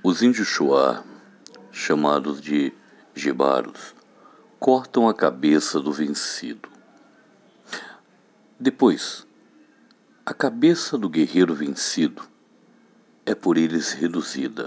Os índios Shuar, chamados de Jibaros, cortam a cabeça do vencido. Depois, a cabeça do guerreiro vencido é por eles reduzida.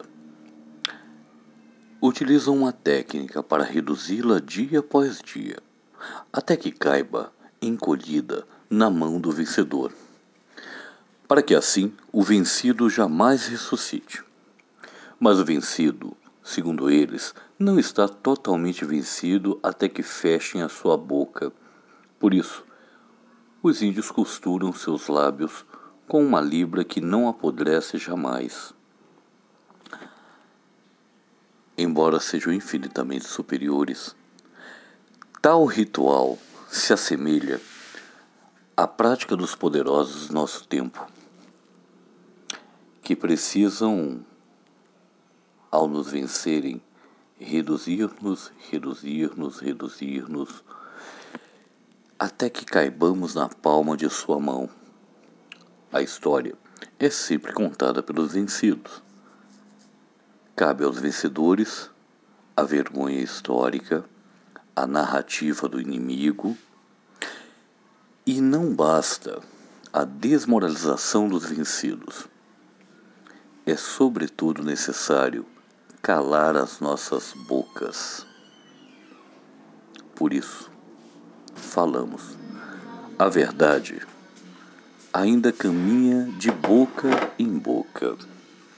Utilizam uma técnica para reduzi-la dia após dia, até que caiba encolhida na mão do vencedor, para que assim o vencido jamais ressuscite. Mas o vencido, segundo eles, não está totalmente vencido até que fechem a sua boca. Por isso, os índios costuram seus lábios com uma libra que não apodrece jamais. Embora sejam infinitamente superiores, tal ritual se assemelha à prática dos poderosos do nosso tempo, que precisam, ao nos vencerem, reduzir-nos, até que caibamos na palma de sua mão. A história é sempre contada pelos vencidos. Cabe aos vencedores a vergonha histórica, a narrativa do inimigo, e não basta a desmoralização dos vencidos. É sobretudo necessário calar as nossas bocas. Por isso, falamos. A verdade ainda caminha de boca em boca.